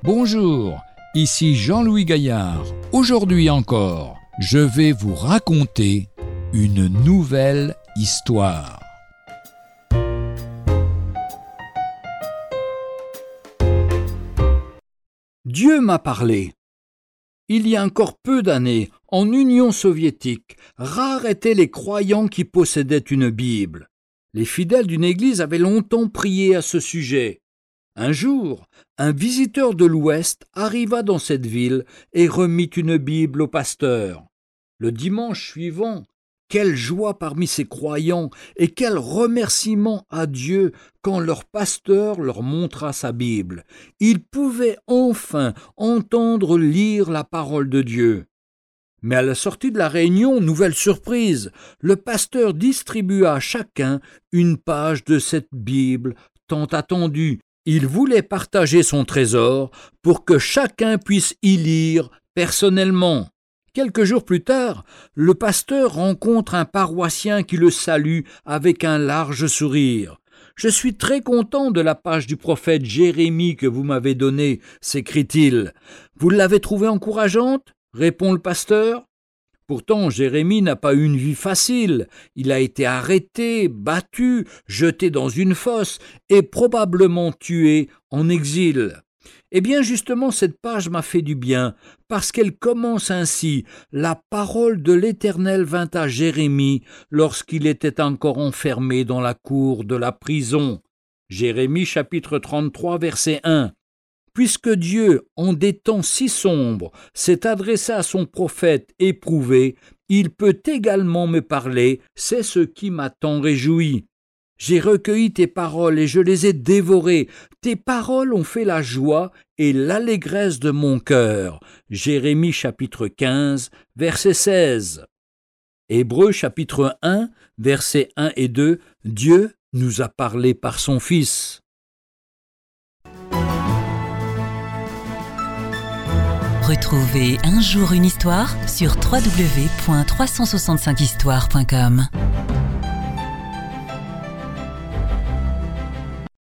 Bonjour, ici Jean-Louis Gaillard. Aujourd'hui encore, je vais vous raconter une nouvelle histoire. Dieu m'a parlé. Il y a encore peu d'années, en Union soviétique, rares étaient les croyants qui possédaient une Bible. Les fidèles d'une église avaient longtemps prié à ce sujet. Un jour, un visiteur de l'Ouest arriva dans cette ville et remit une Bible au pasteur. Le dimanche suivant, quelle joie parmi ces croyants et quel remerciement à Dieu quand leur pasteur leur montra sa Bible. Ils pouvaient enfin entendre lire la parole de Dieu. Mais à la sortie de la réunion, nouvelle surprise, le pasteur distribua à chacun une page de cette Bible tant attendue. Il voulait partager son trésor pour que chacun puisse y lire personnellement. Quelques jours plus tard, le pasteur rencontre un paroissien qui le salue avec un large sourire. « Je suis très content de la page du prophète Jérémie que vous m'avez donnée, » s'écrie-t-il. « Vous l'avez trouvée encourageante ?» répond le pasteur. Pourtant, Jérémie n'a pas eu une vie facile. Il a été arrêté, battu, jeté dans une fosse et probablement tué en exil. Eh bien, justement, cette page m'a fait du bien, parce qu'elle commence ainsi. La parole de l'Éternel vint à Jérémie lorsqu'il était encore enfermé dans la cour de la prison. Jérémie chapitre 33, verset 1. Puisque Dieu, en des temps si sombres, s'est adressé à son prophète éprouvé, il peut également me parler, c'est ce qui m'a tant réjoui. J'ai recueilli tes paroles et je les ai dévorées. Tes paroles ont fait la joie et l'allégresse de mon cœur. Jérémie chapitre 15, verset 16. Hébreux chapitre 1, versets 1 et 2. Dieu nous a parlé par son Fils. Retrouvez Un jour une histoire sur www.365histoire.com.